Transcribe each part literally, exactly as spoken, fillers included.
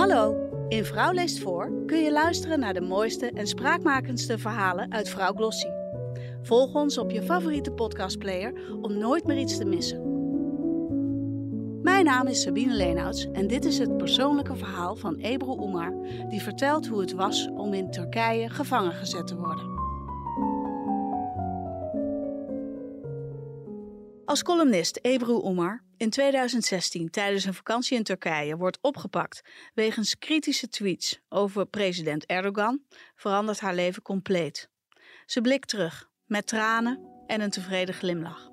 Hallo, in Vrouw leest voor kun je luisteren naar de mooiste en spraakmakendste verhalen uit Vrouw Glossy. Volg ons op je favoriete podcastplayer om nooit meer iets te missen. Mijn naam is Sabine Leenouts en dit is het persoonlijke verhaal van Ebru Umar, die vertelt hoe het was om in Turkije gevangen gezet te worden. Als columnist Ebru Umar in tweeduizend zestien tijdens een vakantie in Turkije wordt opgepakt wegens kritische tweets over president Erdogan, verandert haar leven compleet. Ze blikt terug met tranen en een tevreden glimlach.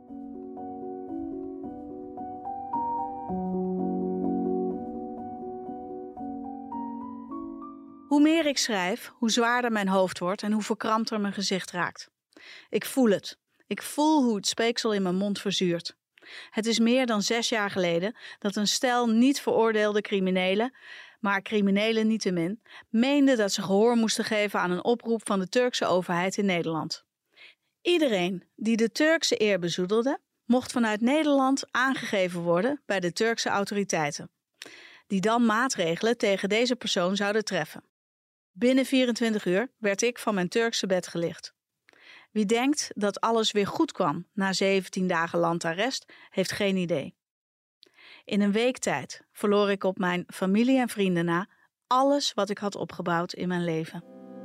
Hoe meer ik schrijf, hoe zwaarder mijn hoofd wordt en hoe verkrampter mijn gezicht raakt. Ik voel het. Ik voel hoe het speeksel in mijn mond verzuurt. Het is meer dan zes jaar geleden dat een stel niet veroordeelde criminelen, maar criminelen niettemin, meenden dat ze gehoor moesten geven aan een oproep van de Turkse overheid in Nederland. Iedereen die de Turkse eer bezoedelde, mocht vanuit Nederland aangegeven worden bij de Turkse autoriteiten, die dan maatregelen tegen deze persoon zouden treffen. Binnen vierentwintig uur werd ik van mijn Turkse bed gelicht. Wie denkt dat alles weer goed kwam na zeventien dagen landarrest, heeft geen idee. In een week tijd verloor ik op mijn familie en vrienden na alles wat ik had opgebouwd in mijn leven.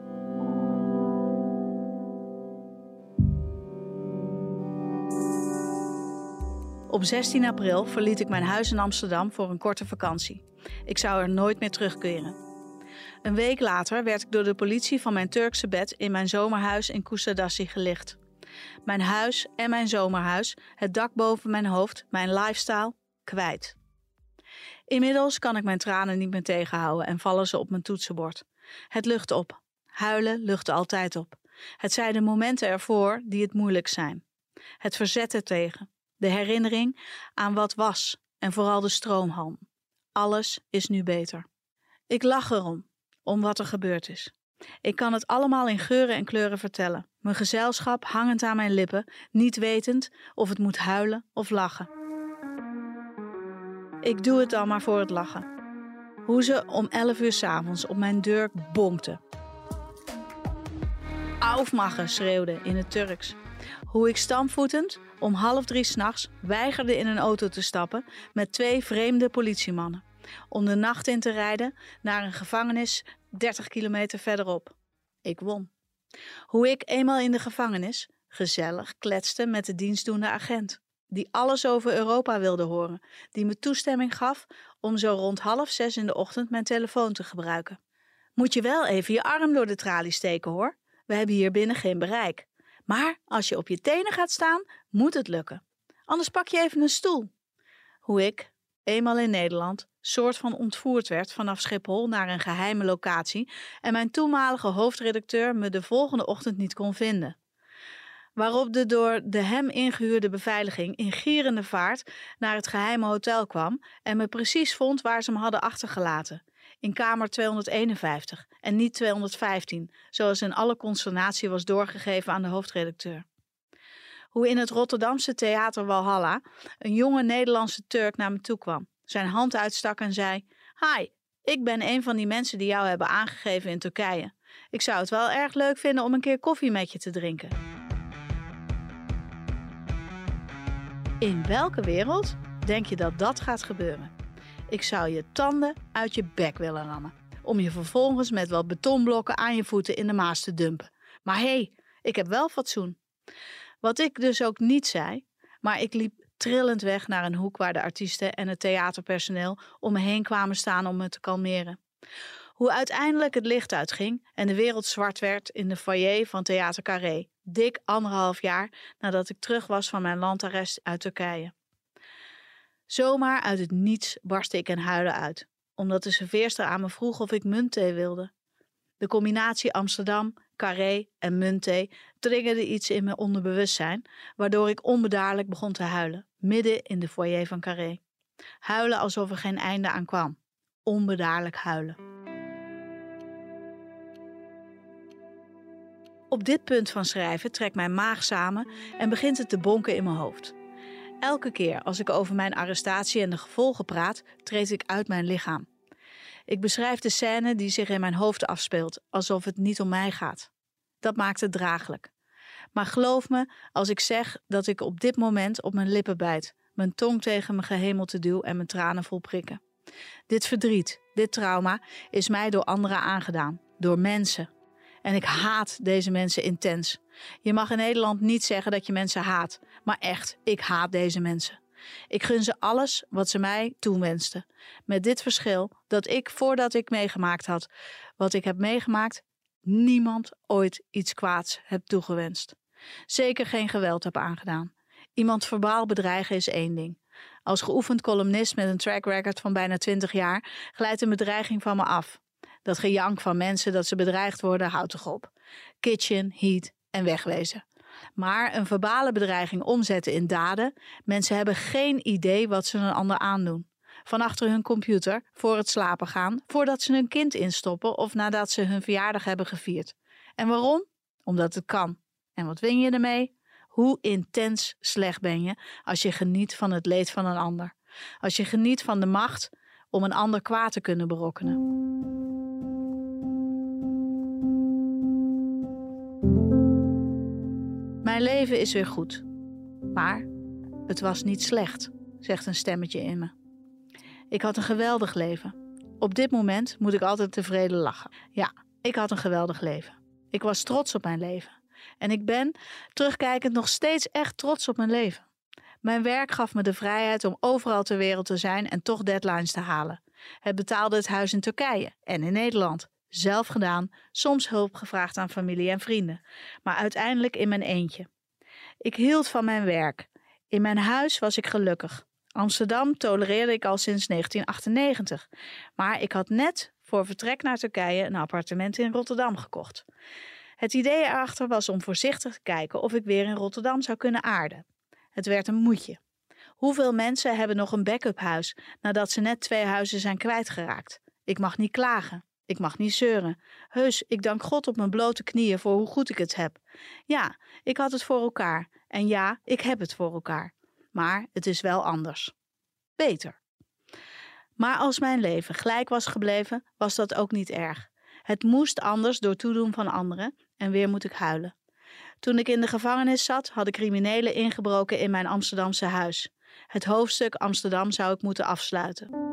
Op zestien april verliet ik mijn huis in Amsterdam voor een korte vakantie. Ik zou er nooit meer terugkeren. Een week later werd ik door de politie van mijn Turkse bed in mijn zomerhuis in Kuşadası gelicht. Mijn huis en mijn zomerhuis, het dak boven mijn hoofd, mijn lifestyle, kwijt. Inmiddels kan ik mijn tranen niet meer tegenhouden en vallen ze op mijn toetsenbord. Het lucht op. Huilen lucht altijd op. Het zijn de momenten ervoor die het moeilijk zijn. Het verzet ertegen. De herinnering aan wat was en vooral de stroomhalm. Alles is nu beter. Ik lach erom, om wat er gebeurd is. Ik kan het allemaal in geuren en kleuren vertellen. Mijn gezelschap hangend aan mijn lippen, niet wetend of het moet huilen of lachen. Ik doe het dan maar voor het lachen. Hoe ze om elf uur 's avonds op mijn deur bonkte. Aufmachen schreeuwde in het Turks. Hoe ik stampvoetend om half drie 's nachts weigerde in een auto te stappen met twee vreemde politiemannen, om de nacht in te rijden naar een gevangenis dertig kilometer verderop. Ik won. Hoe ik eenmaal in de gevangenis gezellig kletste met de dienstdoende agent, die alles over Europa wilde horen, die me toestemming gaf om zo rond half zes in de ochtend mijn telefoon te gebruiken. Moet je wel even je arm door de tralie steken hoor, we hebben hier binnen geen bereik. Maar als je op je tenen gaat staan, moet het lukken. Anders pak je even een stoel. Hoe ik, eenmaal in Nederland, soort van ontvoerd werd vanaf Schiphol naar een geheime locatie en mijn toenmalige hoofdredacteur me de volgende ochtend niet kon vinden. Waarop de door de hem ingehuurde beveiliging in gierende vaart naar het geheime hotel kwam en me precies vond waar ze me hadden achtergelaten. In kamer tweehonderdeenenvijftig en niet tweehonderdvijftien, zoals in alle consternatie was doorgegeven aan de hoofdredacteur. Hoe in het Rotterdamse theater Walhalla een jonge Nederlandse Turk naar me toe kwam, zijn hand uitstak en zei: "Hi, ik ben een van die mensen die jou hebben aangegeven in Turkije. Ik zou het wel erg leuk vinden om een keer koffie met je te drinken." In welke wereld denk je dat dat gaat gebeuren? Ik zou je tanden uit je bek willen rammen, om je vervolgens met wat betonblokken aan je voeten in de Maas te dumpen. Maar hé, hey, ik heb wel fatsoen. Wat ik dus ook niet zei, maar ik liep trillend weg naar een hoek waar de artiesten en het theaterpersoneel om me heen kwamen staan om me te kalmeren. Hoe uiteindelijk het licht uitging en de wereld zwart werd in de foyer van Theater Carré, dik anderhalf jaar nadat ik terug was van mijn landarrest uit Turkije. Zomaar uit het niets barstte ik in huilen uit, omdat de serveerster aan me vroeg of ik muntthee wilde. De combinatie Amsterdam, Carré en muntthee triggerde iets in mijn onderbewustzijn, waardoor ik onbedaarlijk begon te huilen, midden in de foyer van Carré. Huilen alsof er geen einde aan kwam. Onbedaarlijk huilen. Op dit punt van schrijven trekt mijn maag samen en begint het te bonken in mijn hoofd. Elke keer als ik over mijn arrestatie en de gevolgen praat, treed ik uit mijn lichaam. Ik beschrijf de scène die zich in mijn hoofd afspeelt, alsof het niet om mij gaat. Dat maakt het draaglijk. Maar geloof me als ik zeg dat ik op dit moment op mijn lippen bijt, mijn tong tegen mijn gehemelte duw en mijn tranen vol prikken. Dit verdriet, dit trauma is mij door anderen aangedaan, door mensen. En ik haat deze mensen intens. Je mag in Nederland niet zeggen dat je mensen haat, maar echt, ik haat deze mensen. Ik gun ze alles wat ze mij toewensten. Met dit verschil dat ik, voordat ik meegemaakt had wat ik heb meegemaakt, niemand ooit iets kwaads heb toegewenst. Zeker geen geweld heb aangedaan. Iemand verbaal bedreigen is één ding. Als geoefend columnist met een track record van bijna twintig jaar glijdt een bedreiging van me af. Dat gejank van mensen dat ze bedreigd worden houdt toch op. Kitchen, heat en wegwezen. Maar een verbale bedreiging omzetten in daden, mensen hebben geen idee wat ze een ander aandoen. Van achter hun computer, voor het slapen gaan, voordat ze hun kind instoppen of nadat ze hun verjaardag hebben gevierd. En waarom? Omdat het kan. En wat win je ermee? Hoe intens slecht ben je als je geniet van het leed van een ander. Als je geniet van de macht om een ander kwaad te kunnen berokkenen. Mijn leven is weer goed. Maar het was niet slecht, zegt een stemmetje in me. Ik had een geweldig leven. Op dit moment moet ik altijd tevreden lachen. Ja, ik had een geweldig leven. Ik was trots op mijn leven. En ik ben, terugkijkend, nog steeds echt trots op mijn leven. Mijn werk gaf me de vrijheid om overal ter wereld te zijn en toch deadlines te halen. Het betaalde het huis in Turkije en in Nederland. Zelf gedaan, soms hulp gevraagd aan familie en vrienden. Maar uiteindelijk in mijn eentje. Ik hield van mijn werk. In mijn huis was ik gelukkig. Amsterdam tolereerde ik al sinds negentien achtennegentig. Maar ik had net voor vertrek naar Turkije een appartement in Rotterdam gekocht. Het idee erachter was om voorzichtig te kijken of ik weer in Rotterdam zou kunnen aarden. Het werd een moedje. Hoeveel mensen hebben nog een backup huis nadat ze net twee huizen zijn kwijtgeraakt? Ik mag niet klagen. Ik mag niet zeuren. Heus, ik dank God op mijn blote knieën voor hoe goed ik het heb. Ja, ik had het voor elkaar. En ja, ik heb het voor elkaar. Maar het is wel anders. Beter. Maar als mijn leven gelijk was gebleven, was dat ook niet erg. Het moest anders door toedoen van anderen en weer moet ik huilen. Toen ik in de gevangenis zat, hadden criminelen ingebroken in mijn Amsterdamse huis. Het hoofdstuk Amsterdam zou ik moeten afsluiten.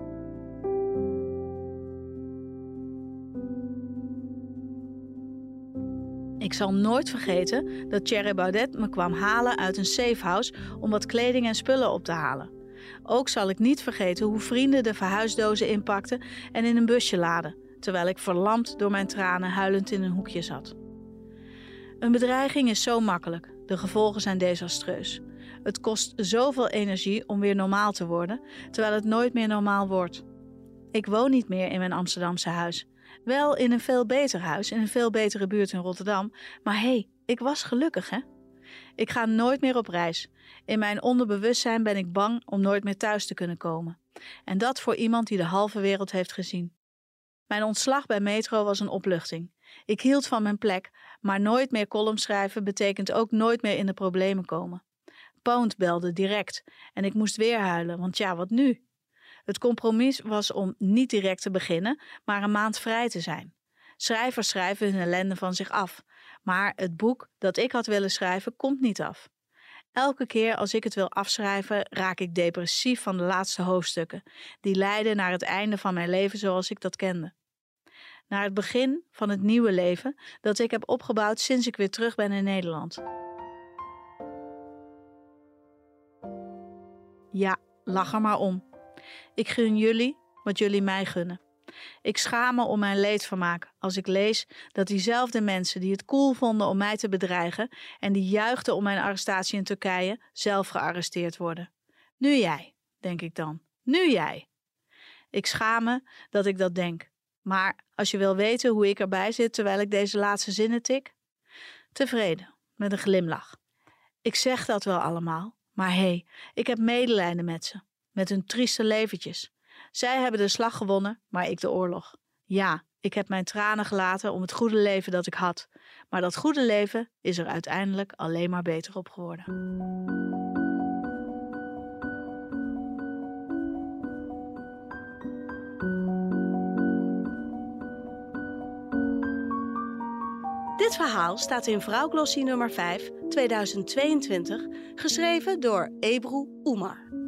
Ik zal nooit vergeten dat Thierry Baudet me kwam halen uit een safehouse om wat kleding en spullen op te halen. Ook zal ik niet vergeten hoe vrienden de verhuisdozen inpakten en in een busje laden, terwijl ik verlamd door mijn tranen huilend in een hoekje zat. Een bedreiging is zo makkelijk, de gevolgen zijn desastreus. Het kost zoveel energie om weer normaal te worden, terwijl het nooit meer normaal wordt. Ik woon niet meer in mijn Amsterdamse huis. Wel in een veel beter huis, in een veel betere buurt in Rotterdam. Maar hé, hey, ik was gelukkig, hè? Ik ga nooit meer op reis. In mijn onderbewustzijn ben ik bang om nooit meer thuis te kunnen komen. En dat voor iemand die de halve wereld heeft gezien. Mijn ontslag bij Metro was een opluchting. Ik hield van mijn plek, maar nooit meer column schrijven betekent ook nooit meer in de problemen komen. Pound belde direct en ik moest weer huilen, want ja, wat nu? Het compromis was om niet direct te beginnen, maar een maand vrij te zijn. Schrijvers schrijven hun ellende van zich af, maar het boek dat ik had willen schrijven komt niet af. Elke keer als ik het wil afschrijven, raak ik depressief van de laatste hoofdstukken, die leiden naar het einde van mijn leven zoals ik dat kende. Naar het begin van het nieuwe leven dat ik heb opgebouwd sinds ik weer terug ben in Nederland. Ja, lach er maar om. Ik gun jullie wat jullie mij gunnen. Ik schaam me om mijn leedvermaak als ik lees dat diezelfde mensen die het cool vonden om mij te bedreigen en die juichten om mijn arrestatie in Turkije zelf gearresteerd worden. Nu jij, denk ik dan. Nu jij. Ik schaam me dat ik dat denk. Maar als je wil weten hoe ik erbij zit terwijl ik deze laatste zinnen tik? Tevreden, met een glimlach. Ik zeg dat wel allemaal, maar hé, hey, ik heb medelijden met ze. Met hun trieste leventjes. Zij hebben de slag gewonnen, maar ik de oorlog. Ja, ik heb mijn tranen gelaten om het goede leven dat ik had. Maar dat goede leven is er uiteindelijk alleen maar beter op geworden. Dit verhaal staat in Vrouwglossie nummer vijf, tweeduizend tweeëntwintig, geschreven door Ebru Umar.